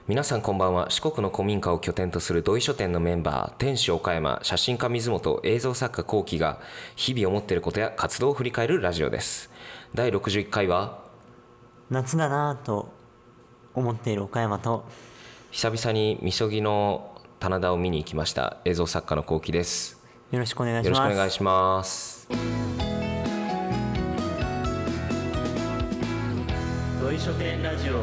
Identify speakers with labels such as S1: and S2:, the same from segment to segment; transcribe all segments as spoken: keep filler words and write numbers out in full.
S1: 皆さんこんばんは。四国の古民家を拠点とする土井書店のメンバー、店主岡山、写真家水本、映像作家幸喜が日々思っていることや活動を振り返るラジオです。だいろくじゅういっかいは
S2: 夏だなぁと思っている岡山と、
S1: 久々にみそぎの棚田を見に行きました。映像作家の幸喜です。
S2: よろしくお願いします。
S1: よろしくお願いします。
S2: 土井書店ラジオ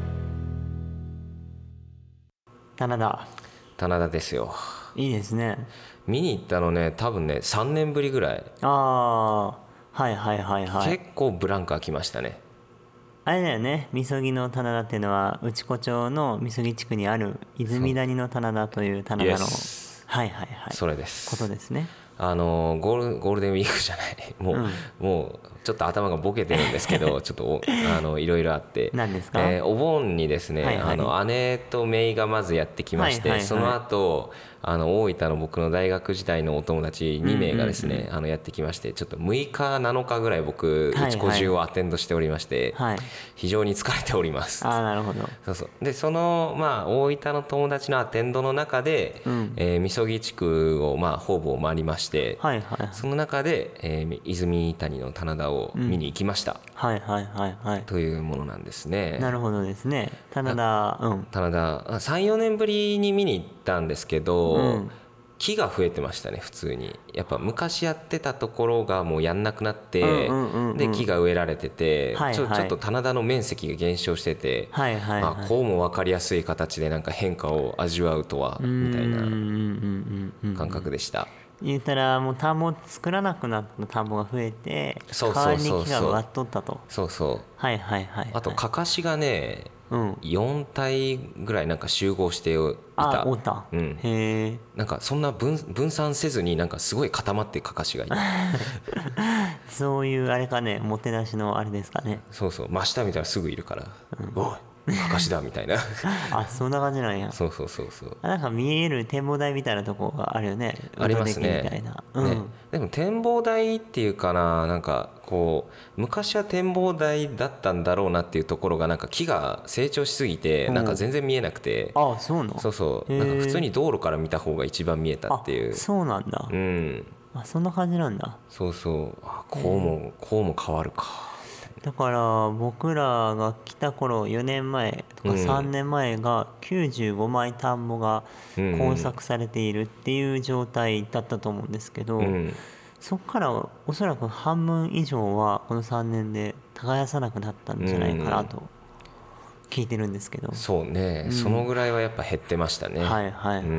S2: 棚田、
S1: 棚田ですよ。
S2: いいですね。
S1: 見に行ったのね、多分ねさんねんぶりぐらい。
S2: ああ、はいはいはいはい。
S1: 結構ブランク空きましたね。
S2: あれだよね、みそぎの棚田っていうのは内子町のみそぎ地区にある泉谷の棚田という棚田の、
S1: Yes、
S2: はいはいはい、
S1: それです。
S2: ことですね。
S1: あのゴール、ゴールデンウィークじゃないもう、うん、もうちょっと頭がボケてるんですけどちょっとあのいろいろあって
S2: 何ですか、
S1: えー、お盆にですね、
S2: はいはい、
S1: あの姉と姪がまずやってきまして、はいはいはい、その後あの大分の僕の大学時代のお友達にめいがですね、うんうんうん、あのやってきまして、ちょっとむいかなのかぐらい僕内子中をアテンドしておりまして、はいはい、非常に疲れております。
S2: あ、なるほど。
S1: そうそうでその、まあ、大分の友達のアテンドの中で、うんえー、みそぎ地区を、まあ、方々回りまして、はいはいはい、その中で、えー、泉谷の棚田を見に行きました、うん、
S2: はいはいはいはい、
S1: というものなんですね。
S2: なるほどですね。棚田、うん、
S1: 棚田さんよねんぶりに見に行ったんですけど、うん、木が増えてましたね。普通にやっぱ昔やってたところがもうやんなくなって、うんうんうんうん、で木が植えられてて、はいはい、ちょ、ちょっと棚田の面積が減少してて、はいはいはい、まあ、こうも分かりやすい形でなんか変化を味わうとはみたいな感覚でした。
S2: 言ったらもう田んぼ作らなくなった田んぼが増えて、代わりに木が植わっとったと。
S1: そうそう、
S2: はいはいはい、はい、
S1: あとかかしがね、うん、よんたいぐらいなんか集合していた。
S2: あ、おった、うん、へえ。
S1: なんかそんな 分, 分散せずになんかすごい固まってかかしがいた
S2: そういうあれかね、もてなしのあれですかね。
S1: そうそう、真下見たらすぐいるから、うん、おいかかしだみたいな
S2: あ、そんな感じなんや。
S1: そうそうそうそう。
S2: なんか見える展望台みたいなとこがあるよね。
S1: ありますね。
S2: みたいな、うん
S1: ね、でも展望台っていうかな、なんかこう昔は展望台だったんだろうなっていうところがなんか木が成長しすぎてなんか全然見えなくて、
S2: あ、そうなの。
S1: そうそう、なんか普通に道路から見た方が一番見えたっていう。
S2: あ、そうなんだ。
S1: うん。
S2: あ、そんな感じなんだ。
S1: そうそう、あ、こうもこうも変わるか。
S2: だから僕らが来た頃よねんまえとかさんねんまえがきゅうじゅうごまい田んぼが耕作されているっていう状態だったと思うんですけど、うん、そこからおそらく半分以上はこのさんねんで耕さなくなったんじゃないかなと聞いてるんですけど、
S1: そうね、うん、そのぐらいはやっぱ減ってましたね。
S2: はいはいはい、うん、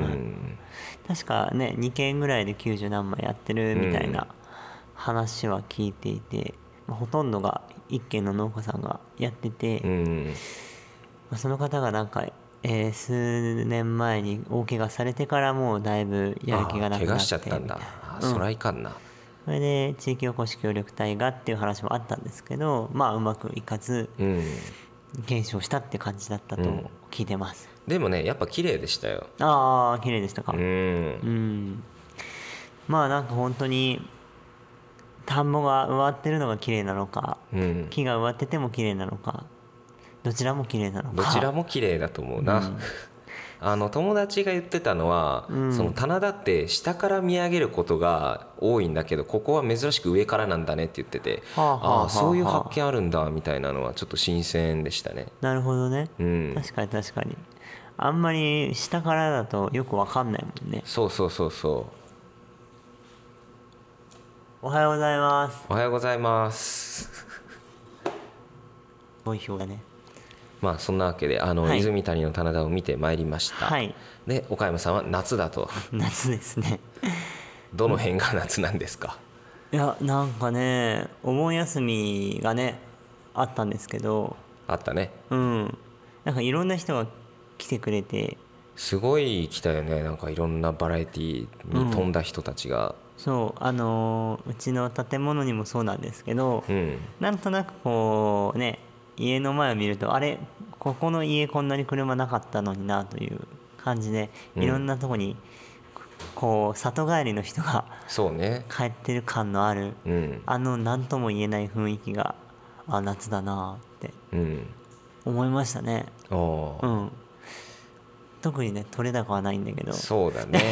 S2: 確かねにけんぐらいできゅうじゅうなんまいやってるみたいな話は聞いていて、ほとんどが一軒の農家さんがやってて、うん、その方がなんか、えー、数年前に大怪我されてからもうだいぶやる気がなくなって、怪
S1: 我しちゃったんだ。あ、そりゃいかんな。
S2: それで地域おこし協力隊がっていう話もあったんですけど、まあうまくいかず、うん、減少したって感じだったと聞いてます、
S1: うん、でもねやっぱ綺麗でしたよ。
S2: ああ、綺麗でしたか。うん、うん、まあなんか本当に田んぼが植わってるのが綺麗なのか、うん、木が植わってても綺麗なのか、どちらも綺麗なのか。
S1: どちらも綺麗だと思うな、うん、あの友達が言ってたのは、うん、その棚田って下から見上げることが多いんだけどここは珍しく上からなんだねって言ってて、はあはあはあ、ああそういう発見あるんだみたいなのはちょっと新鮮でしたね。
S2: なるほどね、うん、確かに確かに。あんまり下からだとよく分かんないもんね。
S1: そうそうそうそう。
S2: おはようございます。
S1: おはようございます。
S2: ごい表だね。
S1: まあそんなわけであの、はい、泉谷の棚田を見てまいりました、はい、で岡山さんは夏だと。
S2: 夏ですね。
S1: どの辺が夏なんですか。
S2: いやなんかねお盆休みがねあったんですけど。
S1: あったね。
S2: うん、なんかいろんな人が来てくれて
S1: すごい来たよね。なんかいろんなバラエティに富んだ人たちが、うん、
S2: そうあのー、うちの建物にもそうなんですけど、うん、なんとなくこうね家の前を見るとあれここの家こんなに車なかったのになという感じで、いろんなとこにこう里帰りの人が
S1: そうね
S2: 帰ってる感のある、うん、あの何とも言えない雰囲気があ夏だなって思いましたね。
S1: うん、
S2: 特にね取れ高はないんだけど。
S1: そうだね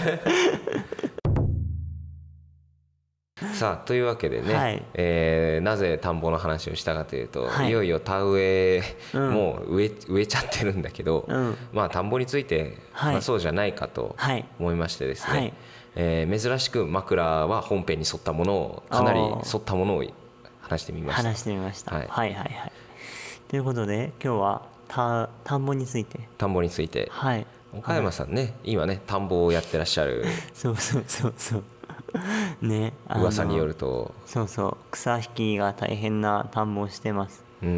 S1: さあというわけでね、はい、えー、なぜ田んぼの話をしたかというと、はい、いよいよ田植え、うん、もう植え、植えちゃってるんだけど、うん、まあ田んぼについて、はい、まあ、そうじゃないかと思いましてですね、はい、えー、珍しく枕は本編に沿ったものをかなり沿ったものを話してみました。
S2: 話してみました、はい、はいはいはい。ということで今日は田、田んぼについて
S1: 田んぼについて、はい、岡山さんね、はい、今ね田んぼをやってらっしゃる
S2: そうそうそうそうね、
S1: 噂によると
S2: そうそう草引きが大変な田んぼをしてます。
S1: うん、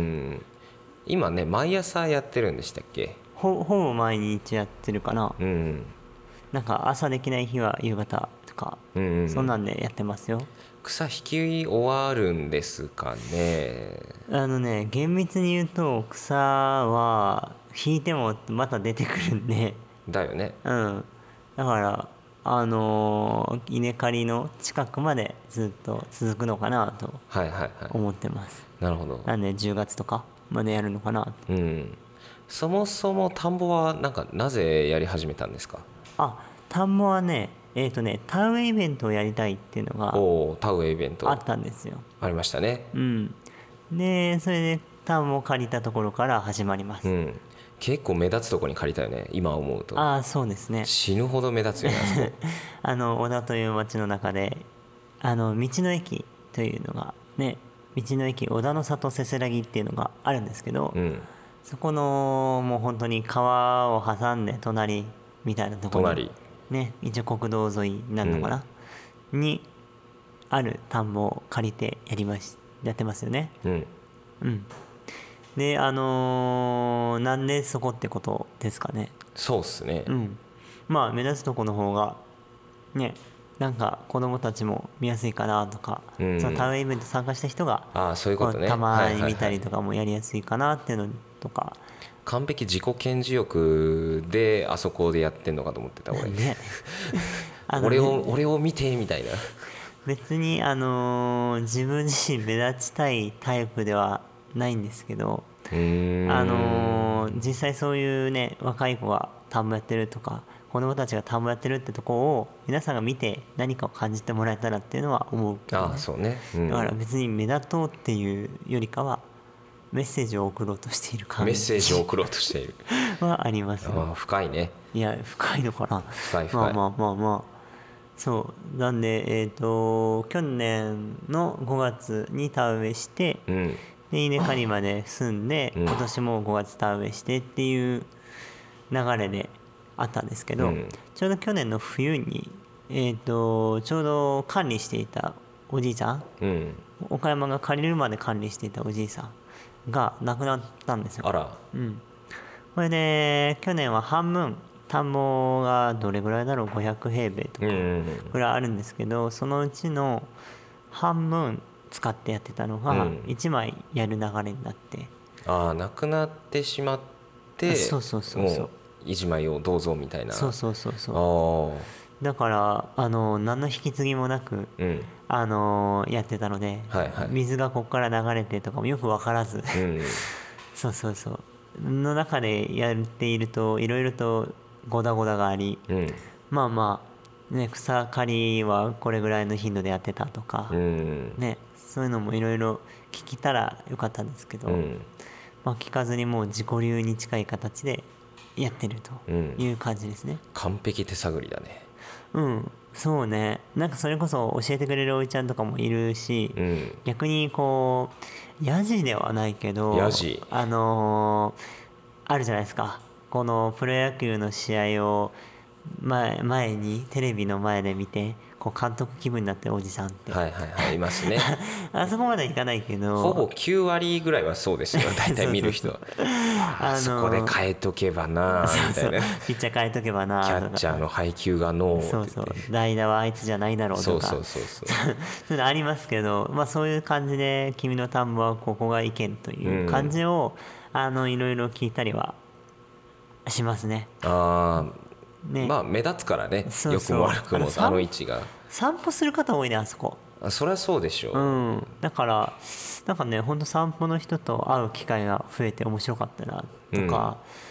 S1: 今ね毎朝やってるんでしたっけ。
S2: ほほぼ毎日やってるかな、うん、なんか朝できない日は夕方とか、うんうん、そんなんでやってますよ。
S1: 草引き終わるんですかね。
S2: あのね厳密に言うと草は引いてもまた出てくるんで
S1: だよね、
S2: うん、だからあのー、稲刈りの近くまでずっと続くのかなと思ってます、
S1: はいはいはい、なるほど。
S2: なんでじゅうがつとかまでやるのかなと、
S1: うん、そもそも田んぼはなんかなぜやり始めたんですか。
S2: あ、田んぼはねえーとね田植えイベントをやりたいっていうのが
S1: お田植えイベント
S2: あったんですよ。
S1: ありましたね。
S2: うん、でそれで田んぼを借りたところから始まります、うん、
S1: 結構目立つところに借りたよね今思うと。
S2: ああそうですね、
S1: 死ぬほど目立つよねあそこ
S2: あの小田という町の中であの道の駅というのがね、道の駅小田の里せせらぎっていうのがあるんですけど、うん、そこのもう本当に川を挟んで隣みたいなところにね、一応国道沿いになるのかな、うん、にある田んぼを借りてやりましやってますよね。うん、うん、であのー、なんでそこってことですかね。
S1: そうっすね、うん、
S2: まあ目立つとこの方がねなんか子供たちも見やすいかなとか、うん、その田植えイベント参加した人が
S1: あそういうこと、ね、
S2: たまに見たりとかもやりやすいかなっていうのとか、はいはいはい、
S1: 完璧自己顕示欲であそこでやってんのかと思ってた俺、ね、俺を俺を見てみたいな。
S2: 別にあのー、自分自身目立ちたいタイプではないんですけど、あのー、実際そういうね若い子が田んぼやってるとか子供たちが田んぼやってるってとこを皆さんが見て何かを感じてもらえたらっていうのは思うけど、ね、
S1: ああそうね、うん、
S2: だから別に目立とうっていうよりかはメッセージを送ろうとしている感じ
S1: メッセージを送ろうとしている
S2: はありますよ。
S1: あ深いね。
S2: いや深いのかな。
S1: 深い深い。
S2: まあまあまあまあそうなんで、えー、と去年のごがつに田植えして、うん、で稲刈りまで済んで、うん、今年もごがつ田植えしてっていう流れであったんですけど、うん、ちょうど去年の冬に、えー、とちょうど管理していたおじいさん、うん、岡山が借りるまで管理していたおじいさんが亡くなったんですよ。
S1: あら、
S2: うん、これで去年は半分田んぼがどれぐらいだろうごひゃくへいべいとかぐらいあるんですけど、そのうちの半分使ってやってたのがいちまいやる流れになって、
S1: うん、ああなくなってしまって
S2: そうそうそうそう
S1: いちまいをどうぞみたいな。
S2: そうそうそうそうだからあの何の引き継ぎもなく、うん、あのやってたので、はいはい、水がここから流れてとかもよく分からず、うん、そうそうそうの中でやっているといろいろとゴダゴダがあり、うん、まあまあ、ね、草刈りはこれぐらいの頻度でやってたとか、うん、ね、そういうのもいろいろ聞けたらよかったんですけど、うん、まあ、聞かずにもう自己流に近い形でやってるという感じですね、うん、
S1: 完璧手探りだね。
S2: うんそうね、なんかそれこそ教えてくれるおいちゃんとかもいるし、うん、逆にこうヤジではないけど
S1: ヤジ
S2: あのー、あるじゃないですか、このプロ野球の試合を 前, 前にテレビの前で見てこう監督気分になってるおじさんって
S1: はいはいはいいますね
S2: あそこまではいかないけど
S1: ほぼきゅうわりぐらいはそうですよ大体見る人はあそこで変えとけばなみたいな
S2: ピッチャー変えとけばな
S1: キャッチャーの配球がノーって
S2: そうそう代打はあいつじゃないだろうとか
S1: そうそうそうそう
S2: そういうのありますけど、まあ、そういう感じで君の田んぼはここが意見という感じを、うん、あのいろいろ聞いたりはしますね。
S1: あね、まあ目立つからね。良くも悪くもあの位置が
S2: 散歩する方多いねあそこ。
S1: あそりゃそうでしょう、
S2: うん、だからなんかねほんと散歩の人と会う機会が増えて面白かったなとか、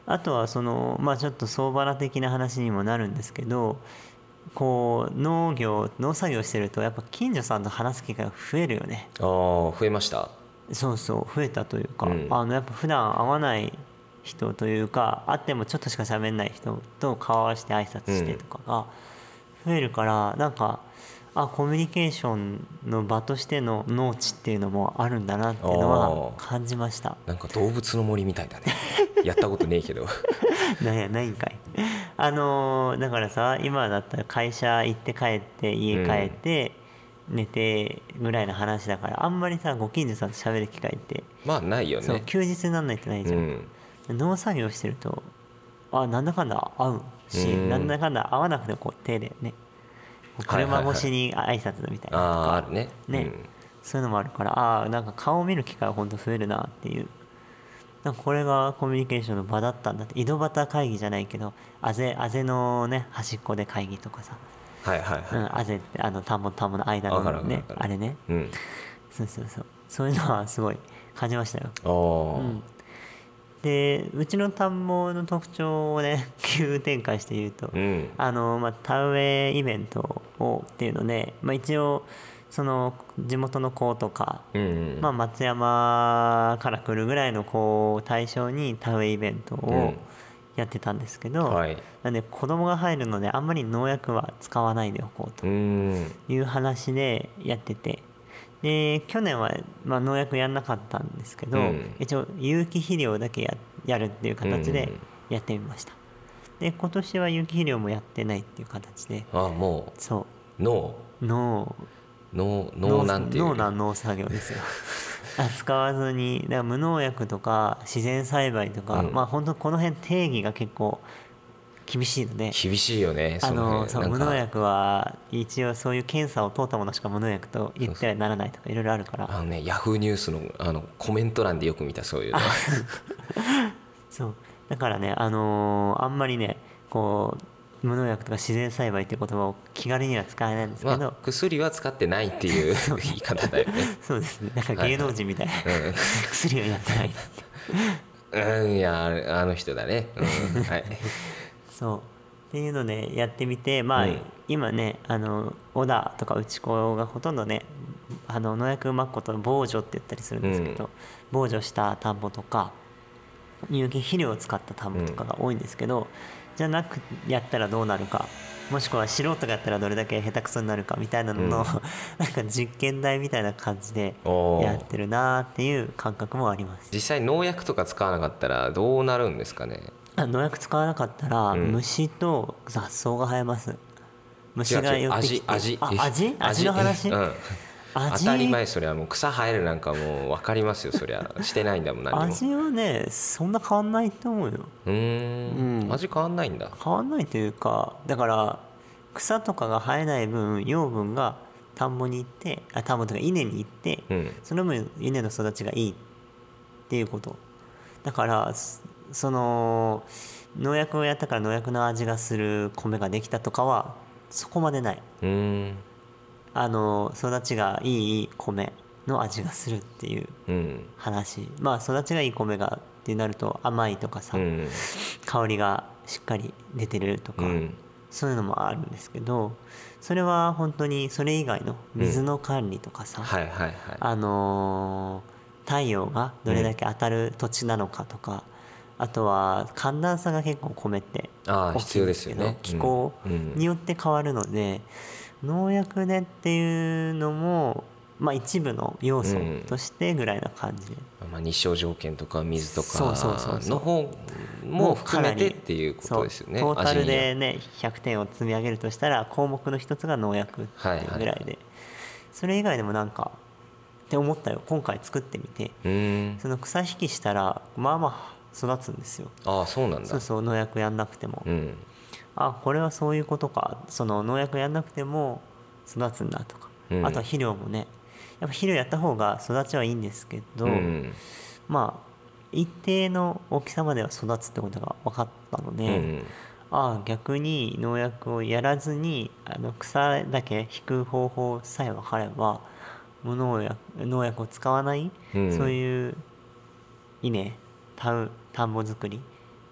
S2: あとはそのまあちょっと相場的な話にもなるんですけど、こう農業農作業してるとやっぱ近所さんと話す機会が増えるよね。
S1: ああ増えました。
S2: そうそう増えたというか、
S1: うん、
S2: あのやっぱ普段会わない人というか、会ってもちょっとしか喋んない人と顔合わせて挨拶してとかが増えるから、なんかあコミュニケーションの場としての農地っていうのもあるんだなっていうのは感じました。
S1: なんか動物の森みたいだねやったことねえけど
S2: なんやないんかい。あのーだからさ、今だったら会社行って帰って家帰って寝てぐらいの話だから、あんまりさご近所さんと喋る機会って
S1: まあないよね。
S2: そう休日になんないとないじゃん、うん、農作業してるとあなんだかんだ会うし、うん、なんだかんだ会わなくてもこう手でね車越しに挨拶みたいなとか、
S1: はいはいはい、ああるね、
S2: ね、うん、そういうのもあるから、ああなんか顔を見る機会は本当増えるなっていう。なんかこれがコミュニケーションの場だったんだって。井戸端会議じゃないけど、あぜあぜのね端っこで会議とかさ、
S1: はいはいはい、
S2: うん、あぜってあの田んぼと田んぼの間のねあれね、うん、そうそうそう、そういうのはすごい感じましたよ。うん、でうちの田んぼの特徴をね急展開して言うと、うん、あのまあ田植えイベントをっていうので、まあ、一応その地元の子とか、うんうんまあ、松山から来るぐらいの子を対象に田植えイベントをやってたんですけど、うんはい、なんで子供が入るのであんまり農薬は使わないでおこうという話でやってて、で去年はまあ農薬やんなかったんですけど、うん、一応有機肥料だけ や, やるっていう形でやってみました。で今年は有機肥料もやってないっていう形で、
S1: あもう
S2: そう
S1: 農
S2: 農
S1: 農農なんていう
S2: 農なん農作業ですよ使わずにだから無農薬とか自然栽培とか、うん、まあ本当この辺定義が結構厳しいので、
S1: 厳しいよね
S2: あのそう無農薬は一応そういう検査を通ったものしか無農薬と言ってはならないとかいろいろあるから、
S1: あのねヤフーニュースのあのコメント欄でよく見たそういうの
S2: そうだからね、あのー、あんまりねこう無農薬とか自然栽培っていう言葉を気軽には使えないんですけど、まあ、
S1: 薬は使ってないっていう言い方だよね
S2: そうですね、なんか芸能人みたいな、はいはい、薬はやってないって
S1: うんいやあの人だね、うん、はい
S2: そうっていうのでやってみて、まあ、うん、今ねあの小田とか内子がほとんどねあの農薬まくことを防除って言ったりするんですけど、うん、防除した田んぼとか有機肥料を使った田んぼとかが多いんですけど、うん、じゃなくやったらどうなるか、もしくは素人がやったらどれだけ下手くそになるかみたいなのの、うん、なんか実験台みたいな感じでやってるなっていう感覚もあります。
S1: 実際農薬とか使わなかったらどうなるんですかね。
S2: 農薬使わなかったら虫と雑草が生えます。虫が寄ってきて、
S1: 味
S2: 味味味の話、うん、
S1: 当たり前、そりゃもう草生えるなんかもう分かりますよ、そりゃしてないんだもん何も。
S2: 味はねそんな変わんないと思うよ。
S1: うーん、うん、味変わんないんだ。
S2: 変わんないというか、だから草とかが生えない分養分が田んぼに行ってあ田んぼとか稲に行って、うん、その分稲の育ちがいいっていうことだから、その農薬をやったから農薬の味がする米ができたとかはそこまでない。うーん、あの育ちがいい米の味がするっていう話、うん、まあ育ちがいい米がってなると甘いとかさ、うん、香りがしっかり出てるとか、うん、そういうのもあるんですけど、それは本当にそれ以外の水の管理とかさ、あのー、太陽がどれだけ当たる土地なのかとか、あとは寒暖差が結構米って大きいんですけど、気候によって変わるので、農薬でっていうのもまあ一部の要素としてぐらいな感じで、
S1: まあ日照条件とか水とかの方も含めてっていうことですよね。
S2: トータルでねひゃくてんを積み上げるとしたら項目の一つが農薬っていうぐらいで、それ以外でもなんかって思ったよ今回作ってみて。その草引きしたらまあまあ育つんですよ。
S1: ああそうなんだ。
S2: そうそう、農薬やんなくても、うん、あこれはそういうことか、その農薬やんなくても育つんだとか、うん、あとは肥料もねやっぱ肥料やった方が育ちはいいんですけど、うん、まあ一定の大きさまでは育つってことが分かったので、うん、ああ逆に農薬をやらずにあの草だけ引く方法さえ分かれば無農薬農薬を使わない、うん、そういう稲田田んぼ作り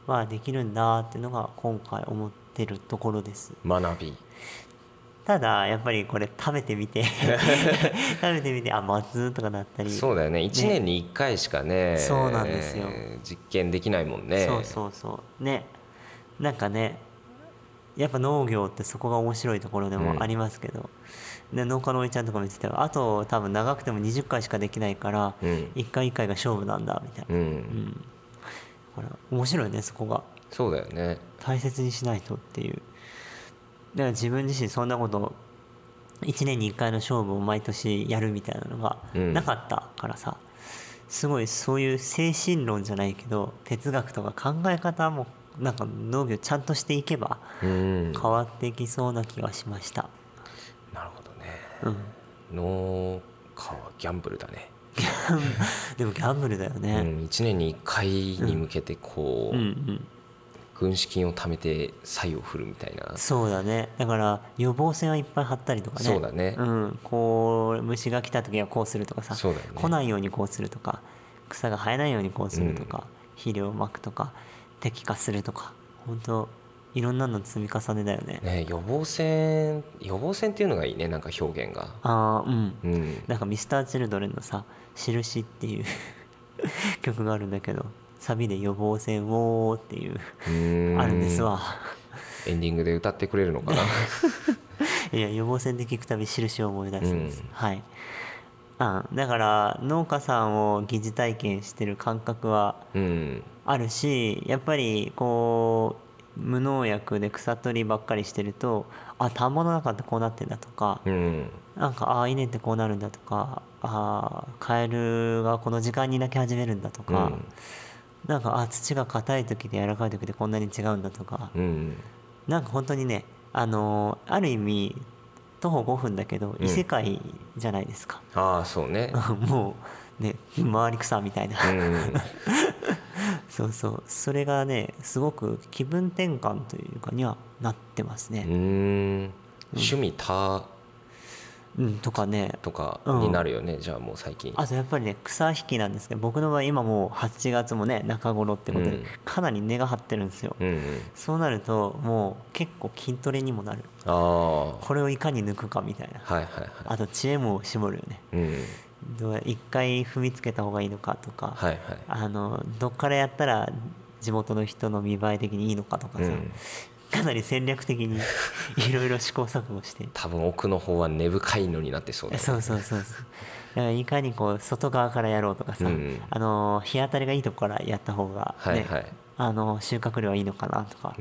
S2: はできるんだっていうのが今回思ってるところです。
S1: 学び。
S2: ただやっぱりこれ食べてみて食べてみてあまずとかなったり。
S1: そうだよね、いちねんにいっかいしかね、
S2: そうなんですよ、
S1: 実験できないもんね。
S2: そうそうそうね、なんかねやっぱ農業ってそこが面白いところでもありますけど、うん、で農家のおいちゃんとか見ててあと多分長くてもにじゅっかいしかできないから、うん、いっかいいっかいが勝負なんだみたいな、うんうん、これ面白いねそこが。
S1: そうだよね、
S2: 大切にしないとっていう。だから自分自身そんなこといちねんにいっかいの勝負を毎年やるみたいなのがなかったからさ、うん、すごいそういう精神論じゃないけど哲学とか考え方もなんか農業ちゃんとしていけば変わっていきそうな気がしました、
S1: うん、なるほどね、うん、農家はギャンブルだね
S2: でもギャンブルだよね、
S1: うん、いちねんにいっかいに向けてこう、うんうんうん軍資金を貯めて財を振るみたいな。
S2: そうだね、だから予防線はいっぱい張ったりとかね。
S1: そうだね、
S2: うん、こう虫が来た時はこうするとかさ、
S1: そうだよね、
S2: 来ないようにこうするとか草が生えないようにこうするとか、うん、肥料をまくとか摘果するとか本当いろんなの積み重ねだよね。
S1: ね、予防線予防線っていうのがいいね、なんか表現が。
S2: ああうん、うん、なんかミスターチルドレンのさ印っていう曲があるんだけどサビで予防線をっていうあるんですわ。
S1: エンディングで歌ってくれるのかな
S2: いや予防線で聞くたび印を思い出すんです、うん、はい。あだから農家さんを疑似体験してる感覚はあるし、やっぱりこう無農薬で草取りばっかりしてるとあ田んぼの中ってこうなってんだとか、うん、なんかあ稲ってこうなるんだとかあカエルがこの時間に鳴き始めるんだとか、うんなんかあ土が硬い時で柔らかい時でこんなに違うんだとか、うん、なんか本当にねあのー、ある意味徒歩ごふんだけど異世界じゃないですか、
S1: うん、ああそうね
S2: もうね周り草みたいな、うん、そうそうそれがねすごく気分転換というかにはなってますね。
S1: うん趣味多
S2: うん、とかね
S1: とかになるよね、うん、じゃあもう最近
S2: あとやっぱりね草引きなんですけど僕の場合今もうはちがつもね中頃ってことでかなり根が張ってるんですよ、うんうん、そうなるともう結構筋トレにもなる。あこれをいかに抜くかみたいな、はいはいはい、あと知恵も絞るよね、うん、一回踏みつけた方がいいのかとか、はいはい、あのどっからやったら地元の人の見栄え的にいいのかとかさ、うんかなり戦略的にいろいろ試行錯誤して
S1: 多分奥の方は根深いのになってそうだ、ね、
S2: そうそうそうそうだからいかにこう外側からやろうとかさ、うん、あの日当たりがいいとこからやった方が、ねはいはい、あの収穫量はいいのかなとか、うん、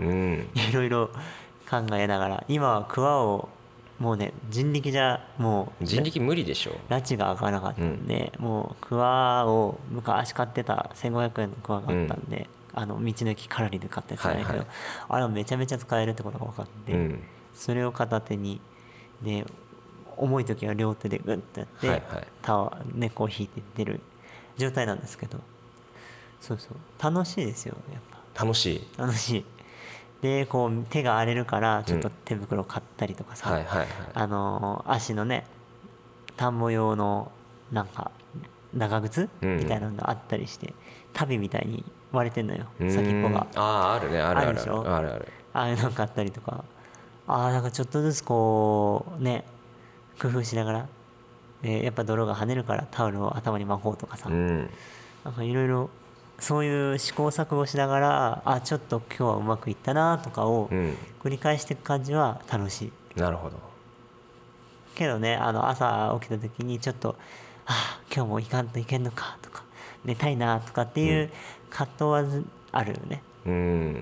S2: いろいろ考えながら今は桑をもうね人力じゃも
S1: う人力無理でしょ
S2: 拉致が開かなかったんで、うん、もう桑を昔買ってたせんごひゃくえんの桑があったんで、うんあの道の駅カラリで買ったやつじゃないけど、はいはい、あれはめちゃめちゃ使えるってことが分かって、うん、それを片手にで重い時は両手でグッとやって、はいはい、タワー根っこを引いて出る状態なんですけどそうそう楽しいですよやっ
S1: ぱ楽しい
S2: 楽しいでこう手が荒れるからちょっと手袋買ったりとかさ、うんはいはいはい、あの足のね田んぼ用のなんか長靴、うん、みたいなのがあったりして足袋みたいに割れてんのよ先っぽが
S1: あああるねあるあるあるでしょあるある
S2: ああいうの買ったりとかああなんかちょっとずつこうね工夫しながら、えー、やっぱ泥が跳ねるからタオルを頭に巻こうとかさ、うん、なんかいろいろそういう試行錯誤しながらあちょっと今日はうまくいったなとかを繰り返していく感じは楽しい、
S1: うん、なるほど
S2: けどねあの朝起きた時にちょっとあ今日も行かんといけんのかとか寝たいなとかっていう葛藤はあるよね、うん、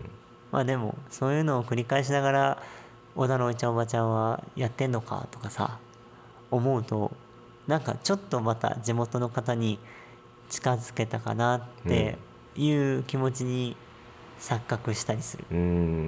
S2: まあでもそういうのを繰り返しながら小田のおいちゃんおばちゃんはやってんのかとかさ思うとなんかちょっとまた地元の方に近づけたかなっていう気持ちに錯覚したりする、うん、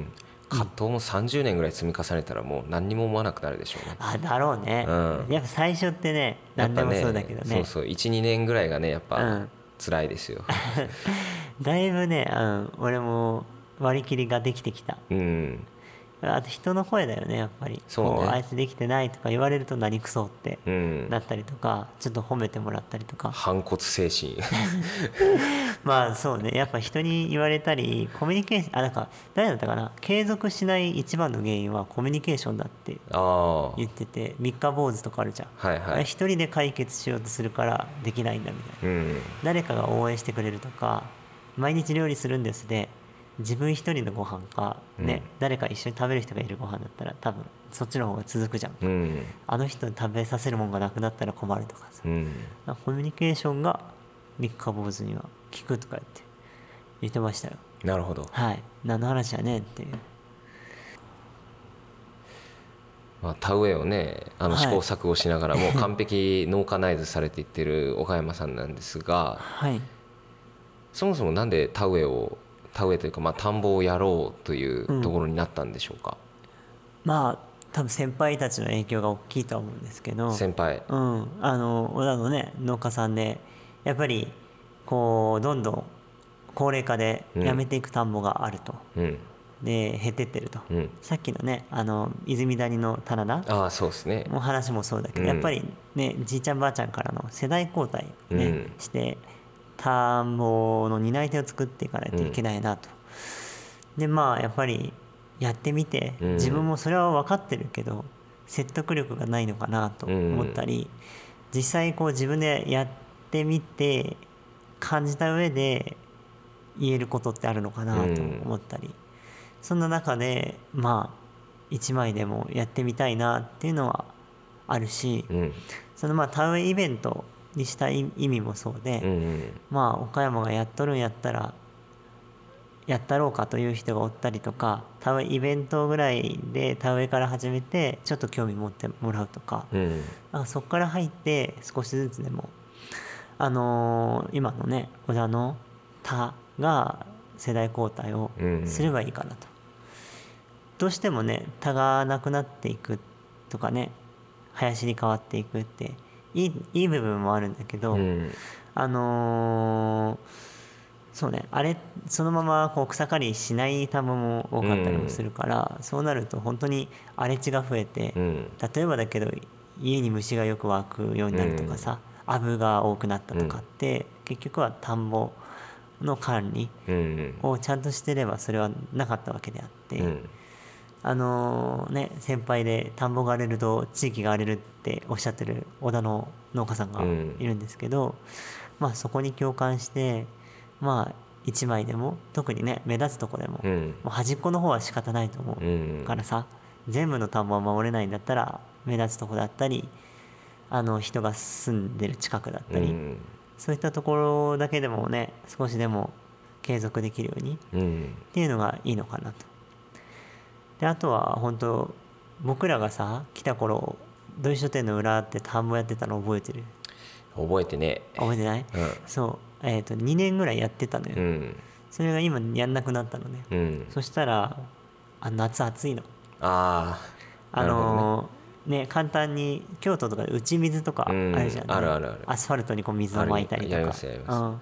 S1: 葛藤もさんじゅうねんぐらい積み重ねたらもう何にも思わなくなるでしょうね。
S2: あだろうね、うん、やっぱ最初ってね何でもそうだけど ね, ね
S1: そうそう いちにねんぐらいがねやっぱ辛いですよ、
S2: うん、だいぶね、うん、俺も割り切りができてきた、うん、 あと人の声だよねやっぱり。
S1: そうね、
S2: こうあいつできてないとか言われると何くそってなったりとか、うん、ちょっと褒めてもらったりとか、
S1: 反骨精神
S2: まあそうね、やっぱ人に言われたりコミュニケーション、あなんか誰だったかな、継続しない一番の原因はコミュニケーションだって言ってて、三日坊主とかあるじゃん、
S1: はいはい、
S2: 一人で解決しようとするからできないんだみたいな、うん、誰かが応援してくれるとか、毎日料理するんですで自分一人のご飯か、ね、うん、誰か一緒に食べる人がいるご飯だったら多分そっちの方が続くじゃん、うん、あの人に食べさせるもんがなくなったら困るとかさ、うん、コミュニケーションが三日坊主には効くとか言って言ってましたよ。
S1: なるほど、
S2: はい、何の話やねんっていう、
S1: まあ、田植えをねあの試行錯誤しながらもう完璧農家ナイズされていってる岡山さんなんですが、はい、そもそもなんで田植えを田植えというか、まあ、田んぼをやろうというところになったんでしょうか。
S2: うん、まあ多分先輩たちの影響が大きいと思うんですけど、
S1: 先輩、
S2: うん、あの小田のね農家さんでやっぱりこうどんどん高齢化でやめていく田んぼがあると、うん、で減ってってると、うん、さっきのねあの泉谷の棚田
S1: あそうですね
S2: の話もそうだけど、うん、やっぱりねじいちゃんばあちゃんからの世代交代ね、うん、して田んぼの担い手を作っていかないといけないなと、うん、でまあやっぱりやってみて、うん、自分もそれは分かってるけど説得力がないのかなと思ったり、うん、実際こう自分でやってみて感じた上で言えることってあるのかなと思ったり、うん、そんな中でまあ一枚でもやってみたいなっていうのはあるし、うん、そのまあ田植えイベントにした意味もそうで、うんうん、まあ岡山がやっとるんやったらやったろうかという人がおったりとか、田植えイベントぐらいで田植えから始めてちょっと興味持ってもらうとか、うん、なんかそこから入って少しずつでもあのー、今のね小田の田が世代交代をすればいいかなと、うん、どうしてもね田がなくなっていくとかね林に変わっていくっていい、いい部分もあるんだけど、うん、あのー、そうねあれそのままこう草刈りしない田んぼも多かったりもするから、うん、そうなると本当に荒れ地が増えて、うん、例えばだけど家に虫がよく湧くようになるとかさ、アブが多くなったとかって、うん、結局は田んぼの管理をちゃんとしてればそれはなかったわけであって、うん、あのね先輩で田んぼが荒れると地域が荒れるっておっしゃってる小田の農家さんがいるんですけど、うん、まあそこに共感してまあ一枚でも特にね目立つとこでも、うん、もう端っこの方は仕方ないと思うからさ、全部の田んぼは守れないんだったら目立つとこだったりあの人が住んでる近くだったり、うん、そういったところだけでもね少しでも継続できるように、うん、っていうのがいいのかなと。であとは本当僕らがさ来た頃土井書店の裏って田んぼやってたの覚えてる？
S1: 覚えてね
S2: 覚えてない、うん、そう、えーとにねんぐらいやってたのよ、うん、それが今やんなくなったのね、うん、そしたらあ夏暑いの
S1: あ
S2: ああのー、ね簡単に京都とかで打ち水とかあるじゃん、ね、
S1: あるあるある
S2: アスファルトにこう水をまいたりとか
S1: やりますやります、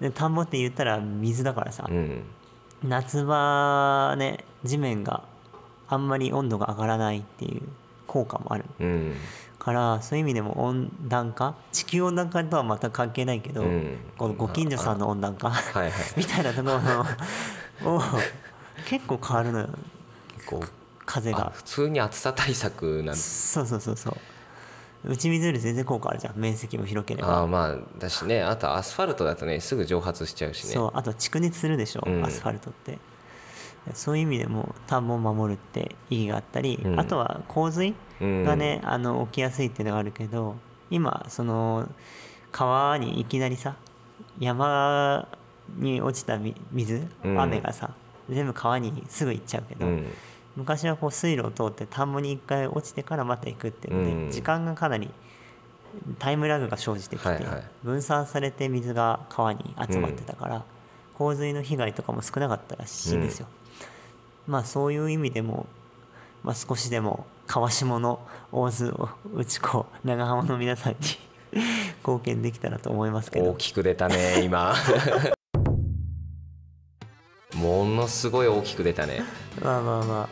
S2: うん、で田んぼって言ったら水だからさ、うん、夏場ね地面があんまり温度が上がらないっていう効果もある、うん、からそういう意味でも温暖化地球温暖化とはまた関係ないけど、うん、このご近所さんの温暖化、はいはい、みたいなところを結構変わるのよこう風が
S1: 普通に暑さ対策なん
S2: そうそうそうそう打ち水より全然効果あるじゃん面積も広ければ
S1: あまあだしねあとアスファルトだとねすぐ蒸発しちゃうしね
S2: そうあと蓄熱するでしょ、うん、アスファルトってそういう意味でも田んぼを守るって意義があったり、うん、あとは洪水がね、うん、あの起きやすいっていうのがあるけど今その川にいきなりさ山に落ちた水、うん、雨がさ全部川にすぐ行っちゃうけど、うん、昔はこう水路を通って田んぼに一回落ちてからまた行くっていうので、うん、時間がかなりタイムラグが生じてきて、はいはい、分散されて水が川に集まってたから、うん、洪水の被害とかも少なかったらしいんですよ、うん、まあそういう意味でも、まあ、少しでも川下の大津を内子長浜の皆さんに貢献できたらと思いますけど
S1: 大きく出たね今ものすごい大きく出たね
S2: まあまあまあ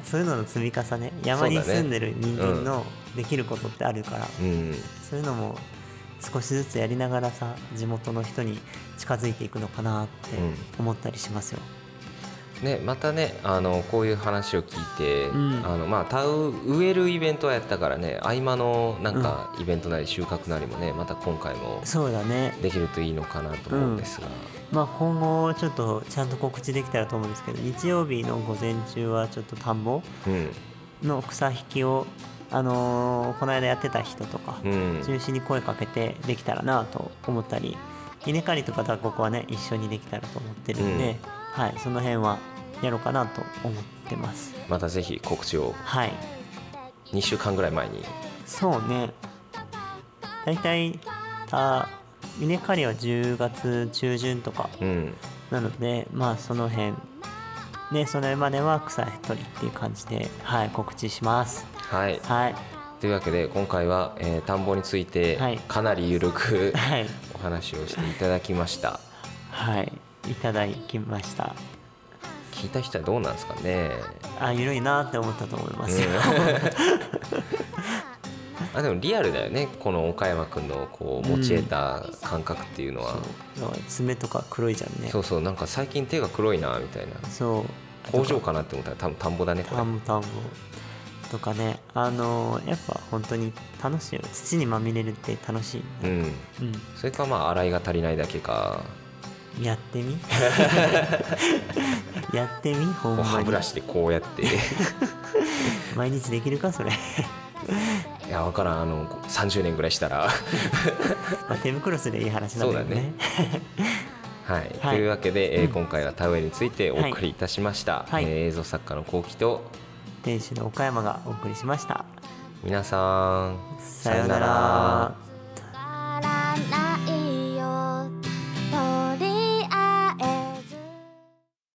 S2: そういうのの積み重ね、山に住んでる人間のできることってあるから、
S1: うん、
S2: そういうのも少しずつやりながらさ、地元の人に近づいていくのかなって思ったりしますよ。
S1: うん、ね、またね、あのこういう話を聞いて、うん、あのまあ田植えるイベントはやったからね、合間のなんかイベントなり収穫なりもね、うん、また今回もできるといいのかなと思うんですが、
S2: うん、まあ、今後ちょっとちゃんと告知できたらと思うんですけど、日曜日の午前中はちょっと田んぼの草引きを、あのー、この間やってた人とか中心に声かけてできたらなと思ったり、稲刈りとか脱穀はね一緒にできたらと思ってるんで、うん、はい、その辺はやろうかなと思ってます。
S1: またぜひ告知を、
S2: はい、
S1: にしゅうかんぐらい前に。
S2: そうね、だいたいた稲刈りはじゅうがつちゅうじゅんとかなので、うん、まあその辺で、それまでは草取りっていう感じで、はい、告知します。
S1: はい、はい、というわけで今回は、えー、田んぼについてかなりゆるく、はい、お話をしていただきました。
S2: はい、いただきました。
S1: 聞いた人はどうなんですかね。
S2: あ、ゆるいなって思ったと思いますよ、
S1: うん、あでもリアルだよね、この岡山くんのこう持ち得た感覚っていうのは、
S2: うん、爪とか黒いじゃんね。
S1: そうそう、なんか最近手が黒いなみたいな。
S2: そう
S1: 工場かなって思ったら多分田んぼだね、これ。
S2: 田んぼ田んぼとかね、あのー、やっぱ本当に楽しいよ。土にまみれるって楽しい、
S1: うんうん、それかまあ洗いが足りないだけか。
S2: やってみやってみ、ほんまに
S1: 歯ブラシでこうやって
S2: 毎日できるかそれい
S1: や、分からん、あのさんじゅうねんぐらいしたら
S2: まあ手袋すればいい話なんだよね。
S1: はい、はい、というわけで、えー、今回は田植えについてお送りいたしました、はい、えー、映像作家のこうきと
S2: 店主の岡山がお送りしました。
S1: 皆さん
S2: さようなら。